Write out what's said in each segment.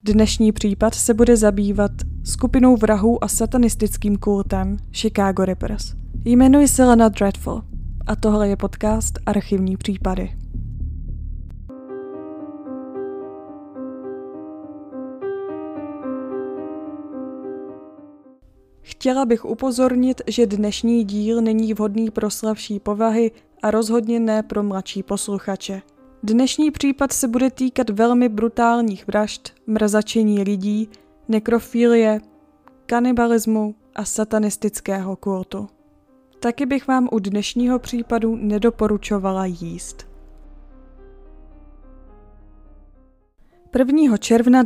Dnešní případ se bude zabývat skupinou vrahů a satanistickým kultem Chicago Rippers. Jmenuji se Lena Dreadful a tohle je podcast Archivní případy. Chtěla bych upozornit, že dnešní díl není vhodný pro slabší povahy a rozhodně ne pro mladší posluchače. Dnešní případ se bude týkat velmi brutálních vražd, mrzačení lidí, nekrofilie, kanibalismu a satanistického kultu. Taky bych vám u dnešního případu nedoporučovala jíst. 1. června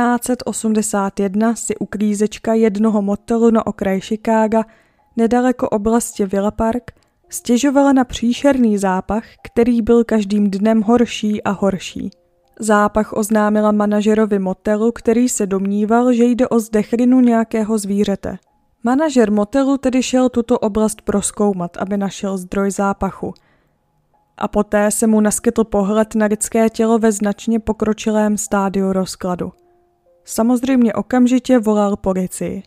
1981 si uklízečka jednoho motelu na okraji Chicaga, nedaleko oblasti Villa Park, stěžovala na příšerný zápach, který byl každým dnem horší a horší. Zápach oznámila manažerovi motelu, který se domníval, že jde o zdechlinu nějakého zvířete. Manažer motelu tedy šel tuto oblast prozkoumat, aby našel zdroj zápachu. A poté se mu naskytl pohled na lidské tělo ve značně pokročilém stádiu rozkladu. Samozřejmě okamžitě volal policii.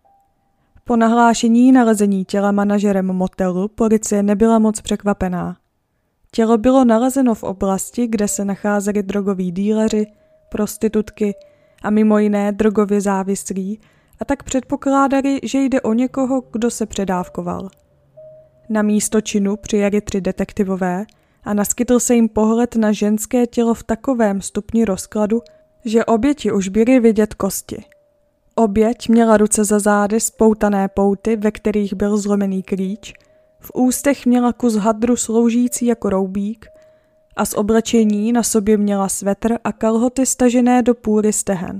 Po nahlášení nalezení těla manažerem motelu policie nebyla moc překvapená. Tělo bylo nalezeno v oblasti, kde se nacházeli drogoví díleři, prostitutky a mimo jiné drogově závislí, a tak předpokládali, že jde o někoho, kdo se předávkoval. Na místo činu přijeli 3 detektivové a naskytl se jim pohled na ženské tělo v takovém stupni rozkladu, že oběti už byly vidět kosti. Oběť měla ruce za zády spoutané pouty, ve kterých byl zlomený klíč, v ústech měla kus hadru sloužící jako roubík a z oblečení na sobě měla svetr a kalhoty stažené do půly stehen.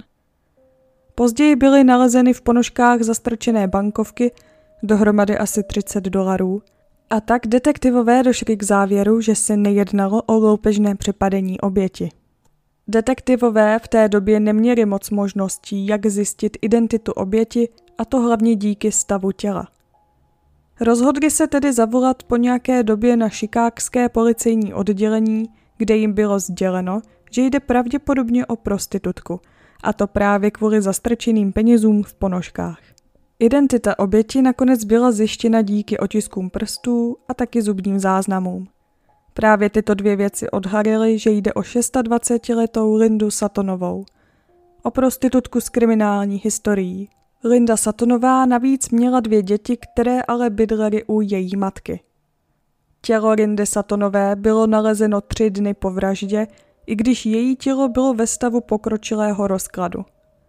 Později byly nalezeny v ponožkách zastrčené bankovky, dohromady asi $30, a tak detektivové došli k závěru, že se nejednalo o loupežné přepadení oběti. Detektivové v té době neměli moc možností, jak zjistit identitu oběti, a to hlavně díky stavu těla. Rozhodli se tedy zavolat po nějaké době na chicagské policejní oddělení, kde jim bylo sděleno, že jde pravděpodobně o prostitutku, a to právě kvůli zastrčeným penězům v ponožkách. Identita oběti nakonec byla zjištěna díky otiskům prstů a taky zubním záznamům. Právě tyto 2 věci odhalily, že jde o 26letou Lindu Suttonovou, o prostitutku s kriminální historií. Linda Suttonová navíc měla 2 děti, které ale bydlely u její matky. Tělo Lindy Suttonové bylo nalezeno 3 dny po vraždě, i když její tělo bylo ve stavu pokročilého rozkladu.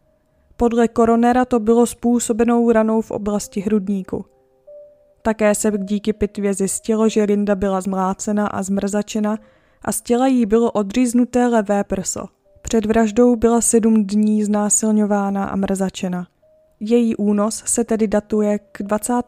Podle koronera to bylo způsobenou ranou v oblasti hrudníku. Také se díky pitvě zjistilo, že Linda byla zmlácena a zmrzačena a z těla jí bylo odříznuté levé prso. Před vraždou byla 7 dní znásilňována a mrzačena. Její únos se tedy datuje k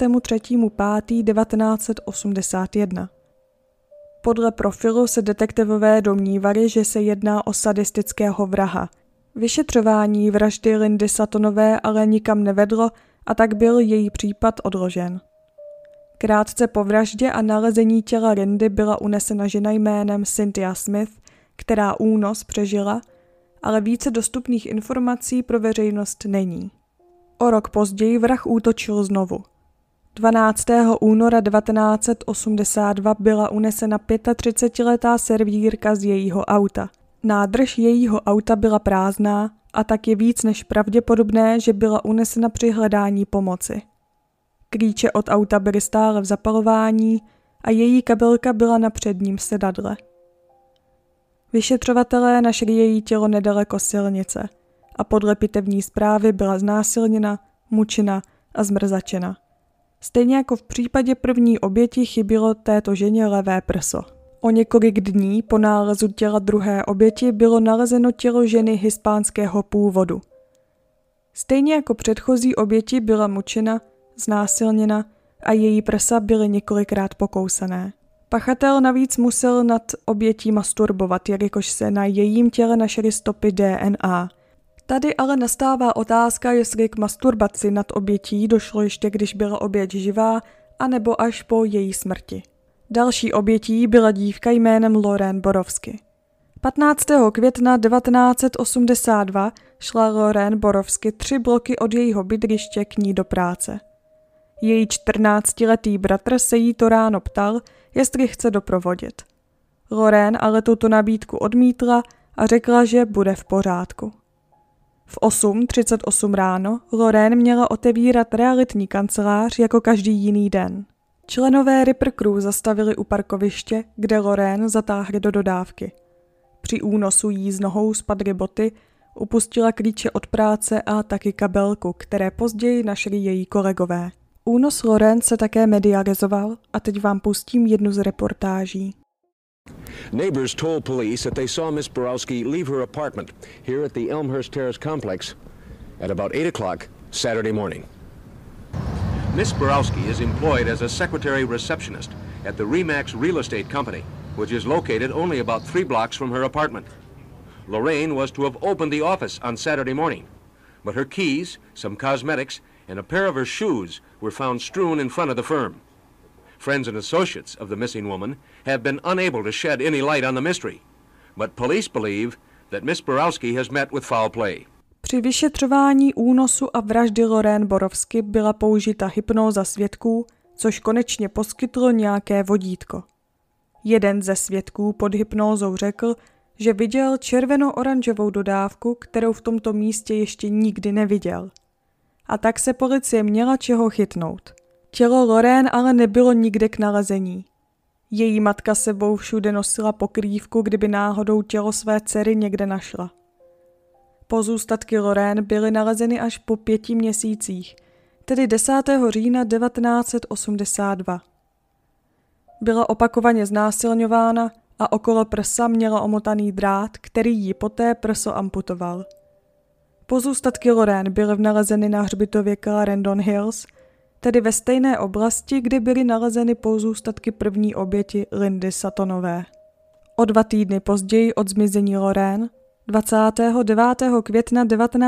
23.5.1981. Podle profilu se detektivové domnívali, že se jedná o sadistického vraha. Vyšetřování vraždy Lindy Suttonové ale nikam nevedlo a tak byl její případ odložen. Krátce po vraždě a nalezení těla Lindy byla unesena žena jménem Cynthia Smith, která únos přežila, ale více dostupných informací pro veřejnost není. O rok později vrah útočil znovu. 12. února 1982 byla unesena 35letá servírka z jejího auta. Nádrž jejího auta byla prázdná a tak je víc než pravděpodobné, že byla unesena při hledání pomoci. Klíče od auta byly stále v zapalování a její kabelka byla na předním sedadle. Vyšetřovatelé našli její tělo nedaleko silnice a podle pitevní zprávy byla znásilněna, mučena a zmrzačena. Stejně jako v případě první oběti chybělo této ženě levé prso. O několik dní po nálezu těla druhé oběti bylo nalezeno tělo ženy hispánského původu. Stejně jako předchozí oběti byla mučena, znásilněna a její prsa byly několikrát pokousané. Pachatel navíc musel nad obětí masturbovat, jelikož se na jejím těle našly stopy DNA. Tady ale nastává otázka, jestli k masturbaci nad obětí došlo ještě, když byla oběť živá, anebo až po její smrti. Další obětí byla dívka jménem Lauren Borowski. 15. května 1982 šla Lorraine Borowsky 3 bloky od jejího bydliště k ní do práce. Její 14letý bratr se jí to ráno ptal, jestli chce doprovodit. Lorraine ale tuto nabídku odmítla a řekla, že bude v pořádku. V 8:38 ráno Lorraine měla otevírat realitní kancelář jako každý jiný den. Členové Ripper Crew zastavili u parkoviště, kde Lorraine zatáhli do dodávky. Při únosu jí z nohou spadly boty, upustila klíče od práce a taky kabelku, které později našli její kolegové. Únos Lorraine se také medializoval a teď vám pustím jednu z reportáží. Neighbors told police that they saw Miss Borowsky leave her apartment here at the Elmhurst Terrace complex at about 8 o'clock Saturday morning. Miss Borowsky is employed as a secretary receptionist at the Remax Real Estate Company, which is located only about 3 blocks from her apartment. Lorraine was to have opened the office on Saturday morning, but her keys, some cosmetics, and a pair of her shoes were found strewn in front of the firm. Friends and associates of the missing woman have been unable to shed any light on the mystery, but police believe that Miss Borowsky has met with foul play. Při vyšetřování únosu a vraždy Lorraine Borowsky byla použita hypnóza svědků, což konečně poskytlo nějaké vodítko. Jeden ze svědků pod hypnózou řekl, že viděl červeno-oranžovou dodávku, kterou v tomto místě ještě nikdy neviděl. A tak se policie měla čeho chytnout. Tělo Lorraine ale nebylo nikde k nalezení. Její matka sebou všude nosila pokrývku, kdyby náhodou tělo své dcery někde našla. Pozůstatky Lorraine byly nalezeny až po 5 měsících, tedy 10. října 1982. Byla opakovaně znásilňována a okolo prsa měla omotaný drát, který jí poté prso amputoval. Pozůstatky Lorraine byly nalezeny na hřbitově Clarendon Hills, tedy ve stejné oblasti, kde byly nalezeny pozůstatky první oběti Lindy Suttonové. O 2 týdny později od zmizení Lorraine, 29. května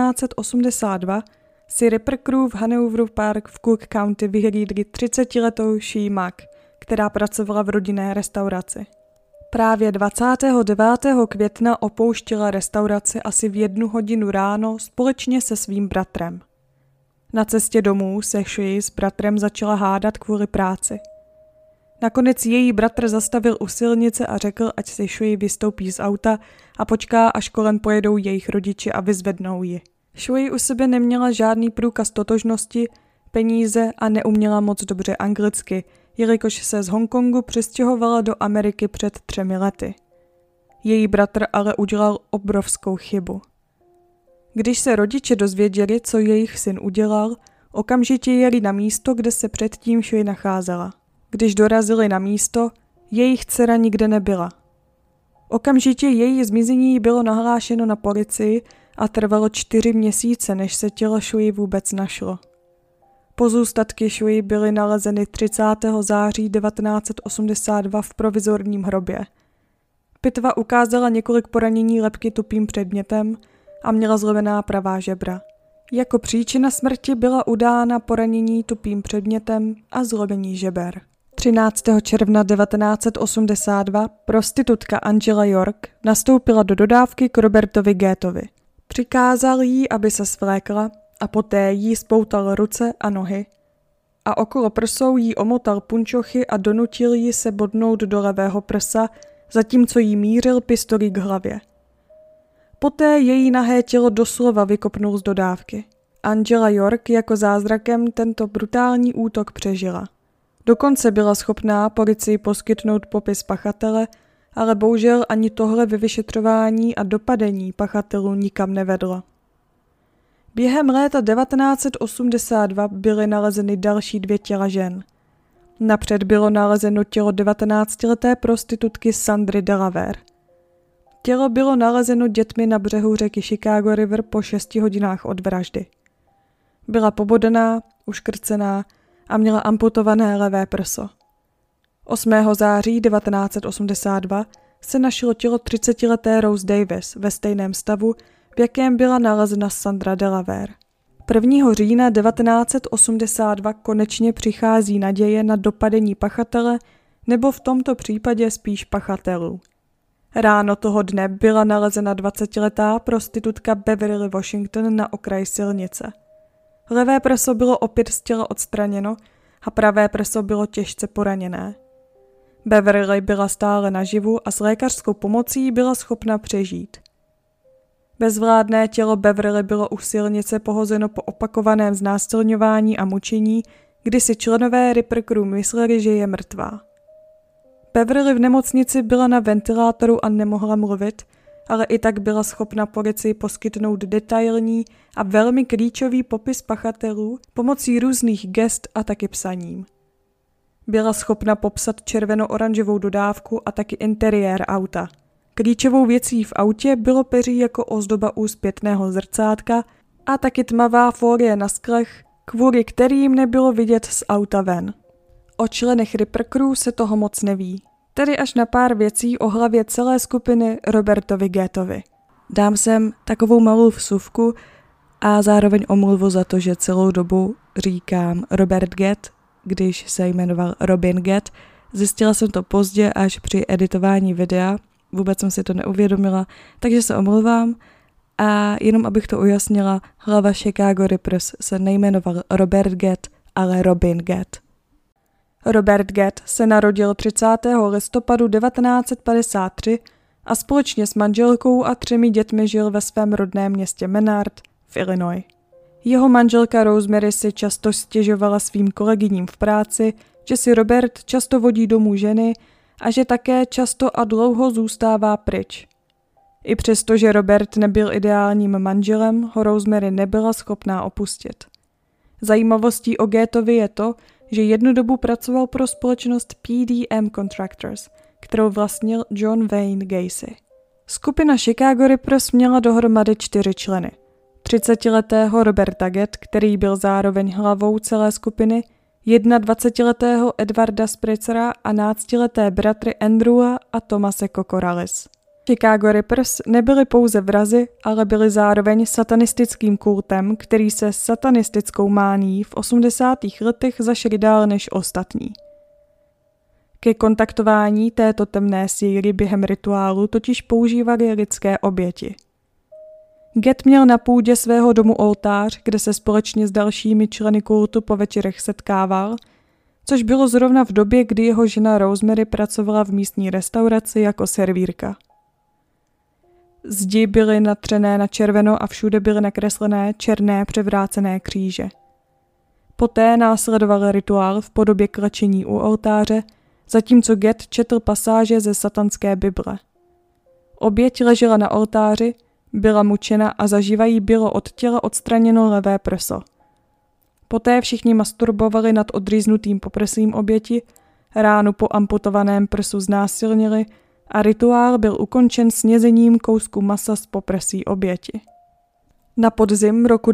1982, si Ripper Crew v Hanoveru Park v Cook County vyhlídli 30letou Shea Mack, která pracovala v rodinné restauraci. Právě 29. května opouštěla restauraci asi v 1 hodinu ráno společně se svým bratrem. Na cestě domů se Shea s bratrem začala hádat kvůli práci. Nakonec její bratr zastavil u silnice a řekl, ať si Shea vystoupí z auta a počká, až kolem pojedou jejich rodiči a vyzvednou ji. Shea u sebe neměla žádný průkaz totožnosti, peníze a neuměla moc dobře anglicky, jelikož se z Hongkongu přestěhovala do Ameriky před 3 lety. Její bratr ale udělal obrovskou chybu. Když se rodiče dozvěděli, co jejich syn udělal, okamžitě jeli na místo, kde se předtím Shea nacházela. Když dorazili na místo, jejich dcera nikde nebyla. Okamžitě její zmizení bylo nahlášeno na policii a trvalo 4 měsíce, než se tělo Shea vůbec našlo. Pozůstatky Shea byly nalezeny 30. září 1982 v provizorním hrobě. Pitva ukázala několik poranění lebky tupým předmětem a měla zlomená pravá žebra. Jako příčina smrti byla udána poranění tupým předmětem a zlomení žeber. 13. června 1982 prostitutka Angela York nastoupila do dodávky k Robertovi Gattovi. Přikázal jí, aby se svlékla a poté jí spoutal ruce a nohy a okolo prsou jí omotal punčochy a donutil ji se bodnout do levého prsa, zatímco jí mířil pistolí k hlavě. Poté její nahé tělo doslova vykopnul z dodávky. Angela York jako zázrakem tento brutální útok přežila. Dokonce byla schopná policii poskytnout popis pachatele, ale bohužel ani tohle ve vyšetřování a dopadení pachatelů nikam nevedlo. Během léta 1982 byly nalezeny další 2 těla žen. Napřed bylo nalezeno tělo 19leté prostitutky Sandry Delaware. Tělo bylo nalezeno dětmi na břehu řeky Chicago River po 6 hodinách od vraždy. Byla pobodená, uškrcená a měla amputované levé prso. 8. září 1982 se našlo tělo 30leté Rose Davis ve stejném stavu, v jakém byla nalezena Sandra Delaware. 1. října 1982 konečně přichází naděje na dopadení pachatele, nebo v tomto případě spíš pachatelů. Ráno toho dne byla nalezena 20letá prostitutka Beverly Washington na okraji silnice. Levé prso bylo opět z těla odstraněno a pravé prso bylo těžce poraněné. Beverly byla stále naživu a s lékařskou pomocí byla schopna přežít. Bezvládné tělo Beverly bylo u silnice pohozeno po opakovaném znásilňování a mučení, kdy si členové Ripper Crew mysleli, že je mrtvá. Beverly v nemocnici byla na ventilátoru a nemohla mluvit, ale i tak byla schopna policii poskytnout detailní a velmi klíčový popis pachatelů pomocí různých gest a taky psaním. Byla schopna popsat červeno-oranžovou dodávku a taky interiér auta. Klíčovou věcí v autě bylo peří jako ozdoba u zpětného zrcátka a taky tmavá fólie na sklech, kvůli kterým nebylo vidět z auta ven. O členech Ripper Crew se toho moc neví, tedy až na pár věcí o hlavě celé skupiny Robertovi Gattovi. Dám sem takovou malou vsuvku a zároveň omluvu za to, že celou dobu říkám Robert Gatt, když se jmenoval Robin Gatt. Zjistila jsem to pozdě až při editování videa, vůbec jsem si to neuvědomila, takže se omluvám. A jenom abych to ujasnila, hlava Chicago Rippers se nejmenoval Robert Gatt, ale Robin Gatt. Robert Gatt se narodil 30. listopadu 1953 a společně s manželkou a 3 dětmi žil ve svém rodném městě Menard v Illinois. Jeho manželka Rosemary si často stěžovala svým kolegyním v práci, že si Robert často vodí domů ženy a že také často a dlouho zůstává pryč. I přesto, že Robert nebyl ideálním manželem, ho Rosemary nebyla schopná opustit. Zajímavostí o Gattovi je to, že jednu dobu pracoval pro společnost PDM Contractors, kterou vlastnil John Wayne Gacy. Skupina Chicago Rippers měla dohromady 4 členy. 30letého Roberta Gatt, který byl zároveň hlavou celé skupiny, 21letého Edwarda Spritzera a 11leté bratry Andrewa a Thomase Kokoralis. Chicago Rippers nebyli pouze vrazi, ale byli zároveň satanistickým kultem, který se satanistickou mánií v 80. letech zašli dál než ostatní. Ke kontaktování této temné síly během rituálu totiž používali lidské oběti. Gatt měl na půdě svého domu oltář, kde se společně s dalšími členy kultu po večerech setkával, což bylo zrovna v době, kdy jeho žena Rosemary pracovala v místní restauraci jako servírka. Zdi byly natřené na červeno a všude byly nakreslené černé převrácené kříže. Poté následoval rituál v podobě klečení u oltáře, zatímco Gatt četl pasáže ze satanské Bible. Oběť ležela na oltáři, byla mučena a zaživa jí bylo od těla odstraněno levé prso. Poté všichni masturbovali nad odříznutým poprsím oběti, ránu po amputovaném prsu znásilnili a rituál byl ukončen snězením kousku masa z poprsí oběti. Na podzim roku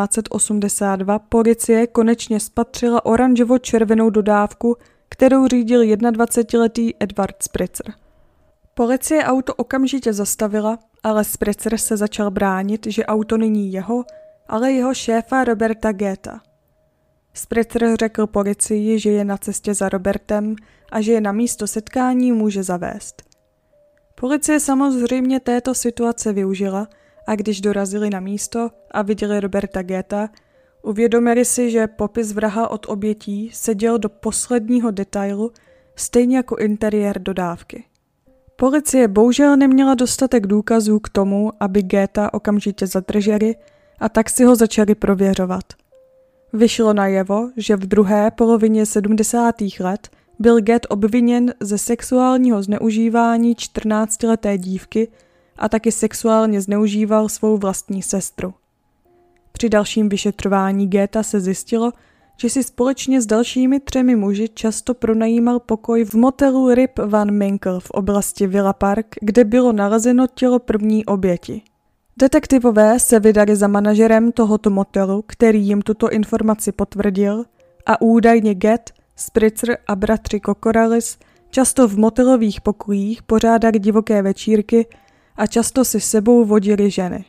1982 policie konečně spatřila oranžovo-červenou dodávku, kterou řídil 21letý Edward Spritzer. Policie auto okamžitě zastavila, ale Spritzer se začal bránit, že auto není jeho, ale jeho šéfa Roberta Gatta. Spritzer řekl policii, že je na cestě za Robertem a že je na místo setkání může zavést. Policie samozřejmě této situace využila a když dorazili na místo a viděli Roberta Gatta, uvědomili si, že popis vraha od obětí seděl do posledního detailu, stejně jako interiér dodávky. Policie bohužel neměla dostatek důkazů k tomu, aby Gatta okamžitě zadrželi a tak si ho začali prověřovat. Vyšlo najevo, že v druhé polovině 70. let byl Gatt obviněn ze sexuálního zneužívání 14leté dívky a taky sexuálně zneužíval svou vlastní sestru. Při dalším vyšetřování Gatta se zjistilo, že si společně s dalšími 3 muži často pronajímal pokoj v motelu Rip Van Winkle v oblasti Villa Park, kde bylo nalezeno tělo první oběti. Detektivové se vydali za manažerem tohoto motelu, který jim tuto informaci potvrdil a údajně Gatt, Spritzer a bratři Kokoralis často v motelových pokojích pořádali divoké večírky a často si sebou vodili ženy.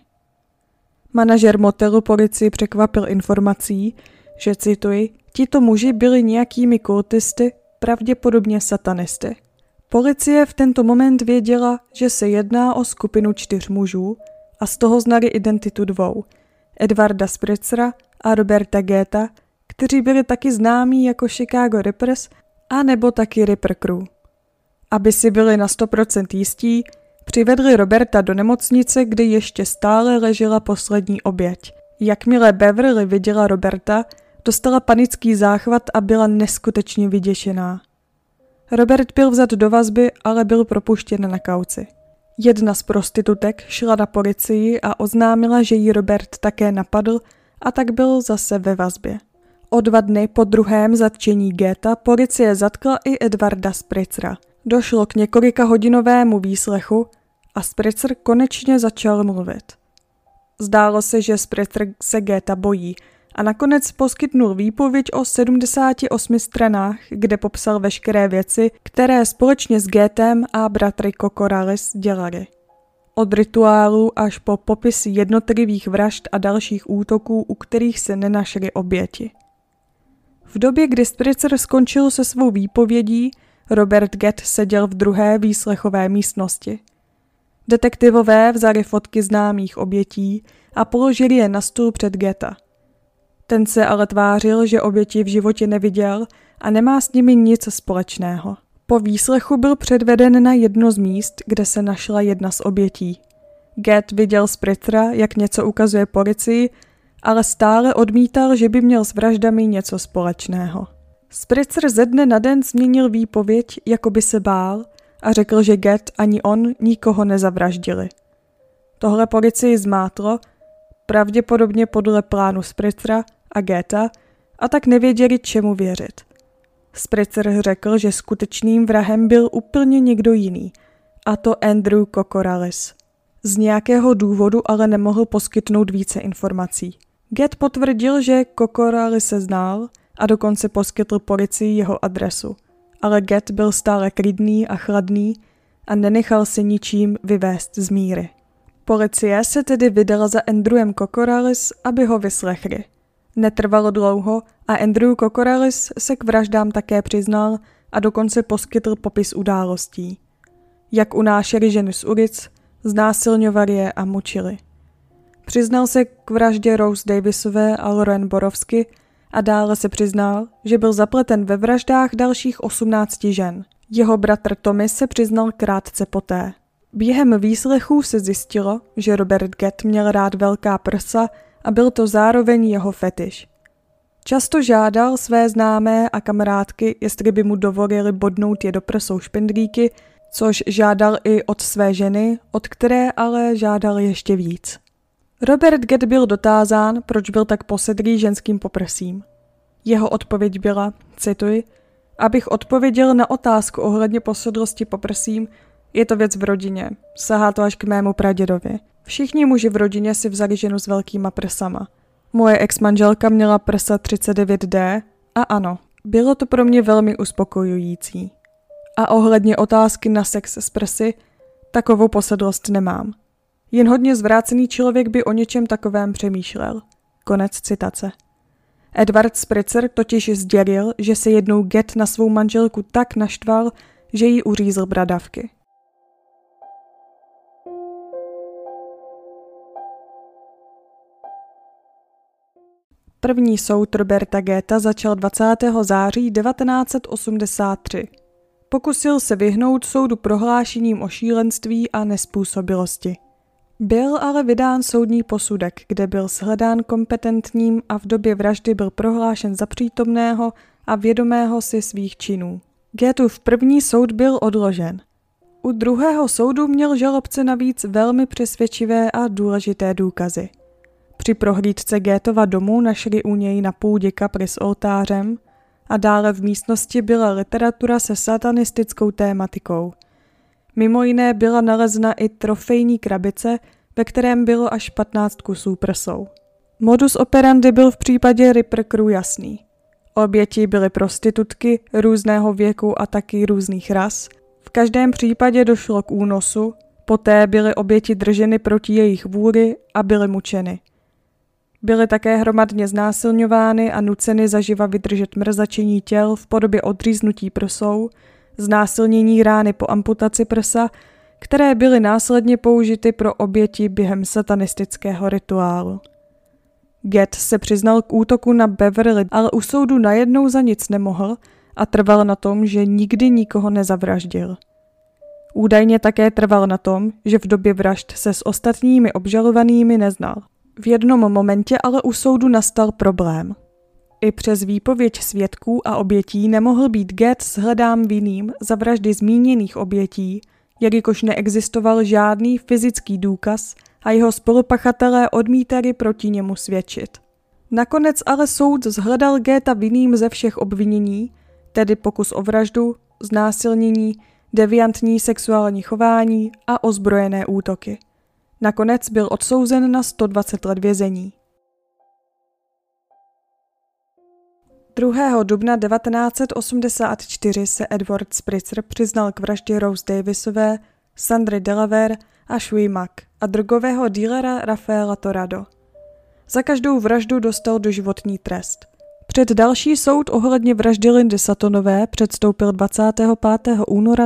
Manažer motelu policii překvapil informací, že, cituji, tito muži byli nějakými kultisty, pravděpodobně satanisty. Policie v tento moment věděla, že se jedná o skupinu 4 mužů a z toho znali identitu 2, Edwarda Spritzera a Roberta Goetha, kteří byli taky známí jako Chicago Rippers a nebo taky Ripper Crew. Aby si byli na 100% jistí, přivedli Roberta do nemocnice, kde ještě stále ležela poslední oběť. Jakmile Beverly viděla Roberta, dostala panický záchvat a byla neskutečně vyděšená. Robert byl vzat do vazby, ale byl propuštěn na kauci. Jedna z prostitutek šla na policii a oznámila, že ji Robert také napadl a tak byl zase ve vazbě. O 2 dny po druhém zatčení Goetha policie zatkla i Edwarda Spritzera. Došlo k několikahodinovému výslechu a Spritzer konečně začal mluvit. Zdálo se, že Spritzer se Goetha bojí a nakonec poskytnul výpověď o 78 stranách, kde popsal veškeré věci, které společně s Goethem a bratry Kokoralis dělali. Od rituálů až po popisy jednotlivých vražd a dalších útoků, u kterých se nenašly oběti. V době, kdy Spritzer skončil se svou výpovědí, Robert Goeth seděl v druhé výslechové místnosti. Detektivové vzali fotky známých obětí a položili je na stůl před Goetha. Ten se ale tvářil, že oběti v životě neviděl a nemá s nimi nic společného. Po výslechu byl předveden na jedno z míst, kde se našla jedna z obětí. Goeth viděl Spritzera, jak něco ukazuje policii, ale stále odmítal, že by měl s vraždami něco společného. Spritzer ze dne na den změnil výpověď, jako by se bál, a řekl, že Goeth ani on nikoho nezavraždili. Tohle policii zmátlo, pravděpodobně podle plánu Spritzera a Goetha, a tak nevěděli, čemu věřit. Spritzer řekl, že skutečným vrahem byl úplně někdo jiný, a to Andrew Kokoralis. Z nějakého důvodu ale nemohl poskytnout více informací. Goeth potvrdil, že Kokoralis se znal a dokonce poskytl policii jeho adresu, ale Goeth byl stále klidný a chladný a nenechal se ničím vyvést z míry. Policie se tedy vydala za Andrewem Kokoralis, aby ho vyslechli. Netrvalo dlouho a Andrew Kokoralis se k vraždám také přiznal a dokonce poskytl popis událostí. Jak unášeli ženy z ulic, znásilňovali je a mučili. Přiznal se k vraždě Rose Davisové a Lauren Borowsky a dále se přiznal, že byl zapleten ve vraždách dalších 18 žen. Jeho bratr Tommy se přiznal krátce poté. Během výslechů se zjistilo, že Robert Goeth měl rád velká prsa a byl to zároveň jeho fetiš. Často žádal své známé a kamarádky, jestli by mu dovolili bodnout je do prsou špendlíky, což žádal i od své ženy, od které ale žádal ještě víc. Robert Goeth byl dotázán, proč byl tak posedlý ženským poprsím. Jeho odpověď byla, cituji, abych odpověděl na otázku ohledně posedlosti poprsím, je to věc v rodině, sahá to až k mému pradědovi. Všichni muži v rodině si vzali ženu s velkýma prsama. Moje ex-manželka měla prsa 39D a ano, bylo to pro mě velmi uspokojující. A ohledně otázky na sex s prsy, takovou posedlost nemám. Jen hodně zvrácený člověk by o něčem takovém přemýšlel. Konec citace. Edward Spritzer totiž sdělil, že se jednou Goeth na svou manželku tak naštval, že jí uřízl bradavky. První soud Roberta Goetha začal 20. září 1983. Pokusil se vyhnout soudu prohlášením o šílenství a nezpůsobilosti. Byl ale vydán soudní posudek, kde byl shledán kompetentním a v době vraždy byl prohlášen za přítomného a vědomého si svých činů. Goethův první soud byl odložen. U druhého soudu měl žalobce navíc velmi přesvědčivé a důležité důkazy. Při prohlídce Goethova domu našli u něj na půdě kapli s oltářem a dále v místnosti byla literatura se satanistickou tématikou. Mimo jiné byla nalezena i trofejní krabice, ve kterém bylo až 15 kusů prsou. Modus operandi byl v případě Ripper Crew jasný. Oběti byly prostitutky různého věku a taky různých ras. V každém případě došlo k únosu, poté byly oběti drženy proti jejich vůli a byly mučeny. Byly také hromadně znásilňovány a nuceny zaživa vydržet mrzačení těl v podobě odříznutí prsou, znásilnění rány po amputaci prsa, které byly následně použity pro oběti během satanistického rituálu. Gett se přiznal k útoku na Beverly, ale u soudu najednou za nic nemohl a trval na tom, že nikdy nikoho nezavraždil. Údajně také trval na tom, že v době vražd se s ostatními obžalovanými neznal. V jednom momentě ale u soudu nastal problém. I přes výpověď svědků a obětí nemohl být Gett shledán vinným za vraždy zmíněných obětí, jelikož neexistoval žádný fyzický důkaz a jeho spolupachatelé odmítali proti němu svědčit. Nakonec ale soud shledal Getta vinným ze všech obvinění, tedy pokus o vraždu, znásilnění, deviantní sexuální chování a ozbrojené útoky. Nakonec byl odsouzen na 120 let vězení. 2. dubna 1984 se Edward Spritzer přiznal k vraždě Rose Davisové, Sandry Delaware a Shui Mak a drogového dílera Rafaela Torrado. Za každou vraždu dostal doživotní trest. Před další soud ohledně vraždy Lindy Suttonové předstoupil 25. února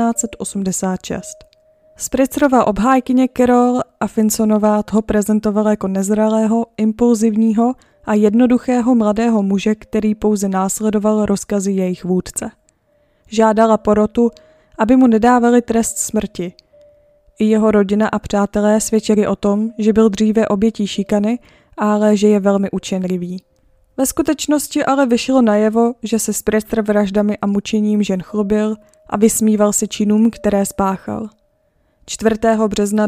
1986. Spritzerova obhájkyně Carol Affinsonová ho prezentovala jako nezralého, impulzivního a jednoduchého mladého muže, který pouze následoval rozkazy jejich vůdce. Žádala porotu, aby mu nedávali trest smrti. I jeho rodina a přátelé svědčili o tom, že byl dříve obětí šikany, ale že je velmi učenlivý. Ve skutečnosti ale vyšlo najevo, že se Spritzer vraždami a mučením žen chlubil a vysmíval se činům, které spáchal. 4. března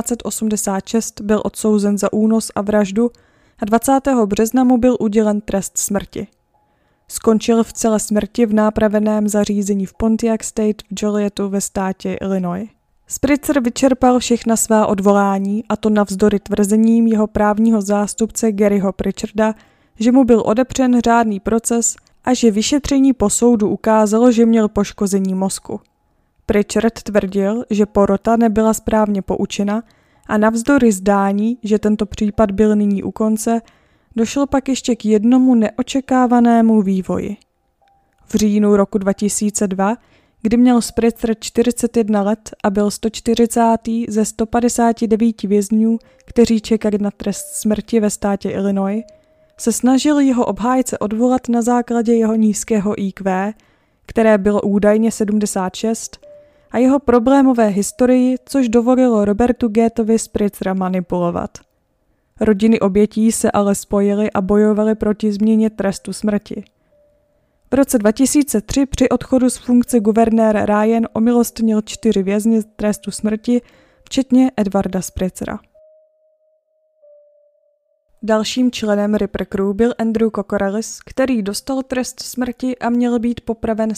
1986 byl odsouzen za únos a vraždu a 20. března mu byl udělen trest smrti. Skončil v celé smrti v nápraveném zařízení v Pontiac State v Jolietu ve státě Illinois. Spritzer vyčerpal všechna svá odvolání, a to navzdory tvrzením jeho právního zástupce Garyho Pritcharda, že mu byl odepřen řádný proces a že vyšetření po soudu ukázalo, že měl poškození mozku. Pritchard tvrdil, že porota nebyla správně poučena a navzdory zdání, že tento případ byl nyní u konce, došlo pak ještě k jednomu neočekávanému vývoji. V říjnu roku 2002, kdy měl Spritzer 41 let a byl 140. ze 159 vězňů, kteří čekali na trest smrti ve státě Illinois, se snažil jeho obhájce odvolat na základě jeho nízkého IQ, které bylo údajně 76, a jeho problémové historii, což dovolilo Robertu Gettovi Spritzera manipulovat. Rodiny obětí se ale spojily a bojovaly proti změně trestu smrti. V roce 2003 při odchodu z funkce guvernér Ryan omilostnil 4 vězně trestu smrti, včetně Edwarda Spritzera. Dalším členem Ripper Crew byl Andrew Kokoraleis, který dostal trest smrti a měl být popraven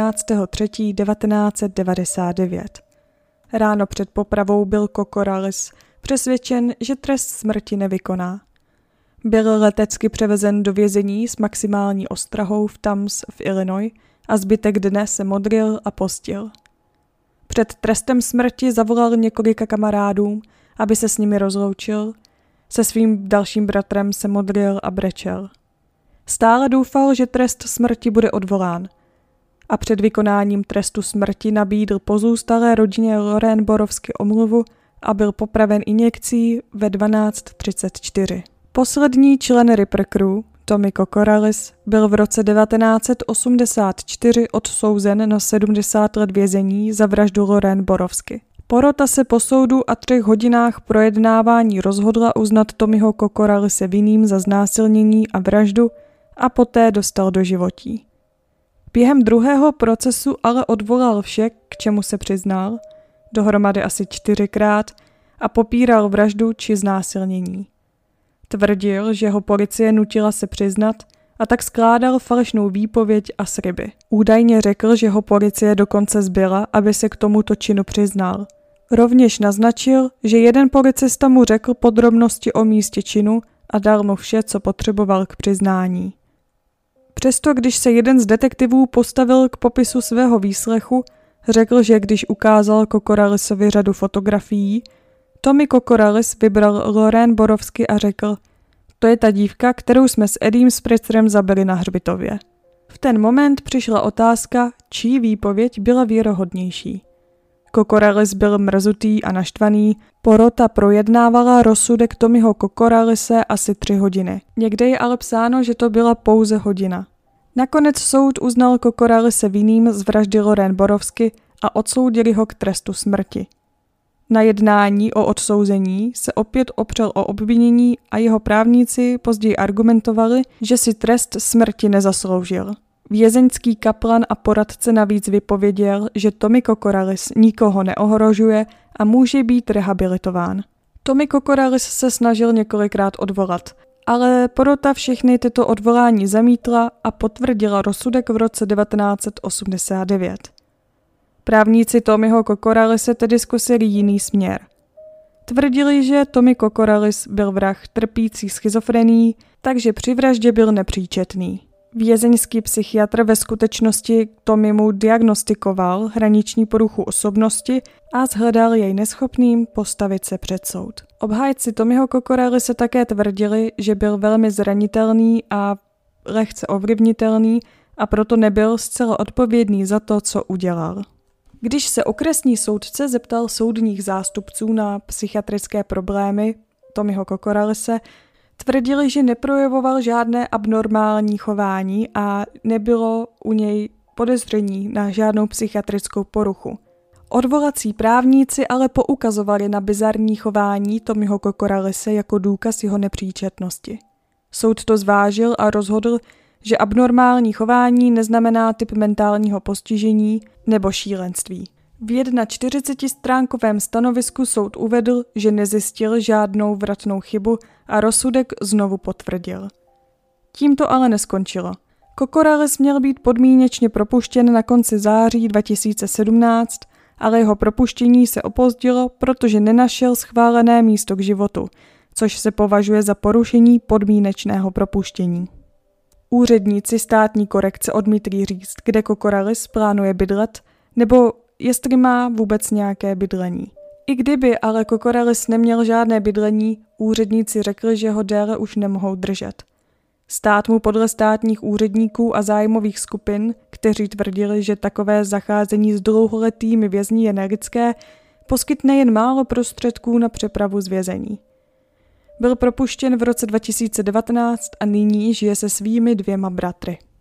17.3.1999. Ráno před popravou byl Kokoraleis přesvědčen, že trest smrti nevykoná. Byl letecky převezen do vězení s maximální ostrahou v Tams v Illinois a zbytek dne se modlil a postil. Před trestem smrti zavolal několika kamarádům, aby se s nimi rozloučil. Se svým dalším bratrem se modlil a brečel. Stále doufal, že trest smrti bude odvolán. A před vykonáním trestu smrti nabídl pozůstalé rodině Lorraine Borovsky omluvu a byl popraven injekcí ve 12:34. Poslední člen Ripper Crew, Tommy Kokoraleis, byl v roce 1984 odsouzen na 70 let vězení za vraždu Lorraine Borovsky. Porota se po soudu a 3 hodinách projednávání rozhodla uznat Tommyho Kokoraleise vinným za znásilnění a vraždu a poté dostal doživotí. Během druhého procesu ale odvolal vše, k čemu se přiznal, dohromady asi 4krát, a popíral vraždu či znásilnění. Tvrdil, že ho policie nutila se přiznat, a tak skládal falešnou výpověď a sliby. Údajně řekl, že ho policie dokonce zbyla, aby se k tomuto činu přiznal. Rovněž naznačil, že jeden policista mu řekl podrobnosti o místě činu a dal mu vše, co potřeboval k přiznání. Přesto, když se jeden z detektivů postavil k popisu svého výslechu, řekl, že když ukázal Kokoralisovi řadu fotografií, Tommy Kokoraleis vybral Lorraine Borovsky a řekl: "To je ta dívka, kterou jsme s Eddiem Spritzerem zabili na hřbitově." V ten moment přišla otázka, čí výpověď byla věrohodnější. Kokorallis byl mrzutý a naštvaný, porota projednávala rozsudek Tommyho Kokorallise asi 3 hodiny. Někde je ale psáno, že to byla pouze hodina. Nakonec soud uznal Kokorallise vinným z vraždy Lorraine Borowsky a odsoudili ho k trestu smrti. Na jednání o odsouzení se opět opřel o obvinění a jeho právníci později argumentovali, že si trest smrti nezasloužil. Vězeňský kaplan a poradce navíc vypověděl, že Tommy Kokorallis nikoho neohrožuje a může být rehabilitován. Tommy Kokorallis se snažil několikrát odvolat, ale porota všechny tyto odvolání zamítla a potvrdila rozsudek v roce 1989. Právníci Tommyho Kokorallise tedy zkusili jiný směr. Tvrdili, že Tommy Kokorallis byl vrah trpící schizofrenií, takže při vraždě byl nepříčetný. Vězeňský psychiatr ve skutečnosti Tommymu diagnostikoval hraniční poruchu osobnosti a shledal jej neschopným postavit se před soud. Obhájci Tommyho Kokorallise také tvrdili, že byl velmi zranitelný a lehce ovlivnitelný a proto nebyl zcela odpovědný za to, co udělal. Když se okresní soudce zeptal soudních zástupců na psychiatrické problémy Tommyho Kokorallise, tvrdili, že neprojevoval žádné abnormální chování a nebylo u něj podezření na žádnou psychiatrickou poruchu. Odvolací právníci ale poukazovali na bizarní chování Tommyho Kokorallise jako důkaz jeho nepříčetnosti. Soud to zvážil a rozhodl, že abnormální chování neznamená typ mentálního postižení nebo šílenství. V 41stránkovém stanovisku soud uvedl, že nezjistil žádnou vratnou chybu a rozsudek znovu potvrdil. Tím to ale neskončilo. Kokorallis měl být podmínečně propuštěn na konci září 2017, ale jeho propuštění se opozdilo, protože nenašel schválené místo k životu, což se považuje za porušení podmínečného propuštění. Úředníci státní korekce odmítli říct, kde Kokorallis plánuje bydlet, nebo jestli má vůbec nějaké bydlení. I kdyby ale Kokorallis neměl žádné bydlení, úředníci řekli, že ho déle už nemohou držet. Stát mu podle státních úředníků a zájmových skupin, kteří tvrdili, že takové zacházení s dlouholetými vězni je nelidské, poskytne jen málo prostředků na přepravu z vězení. Byl propuštěn v roce 2019 a nyní žije se svými 2 bratry.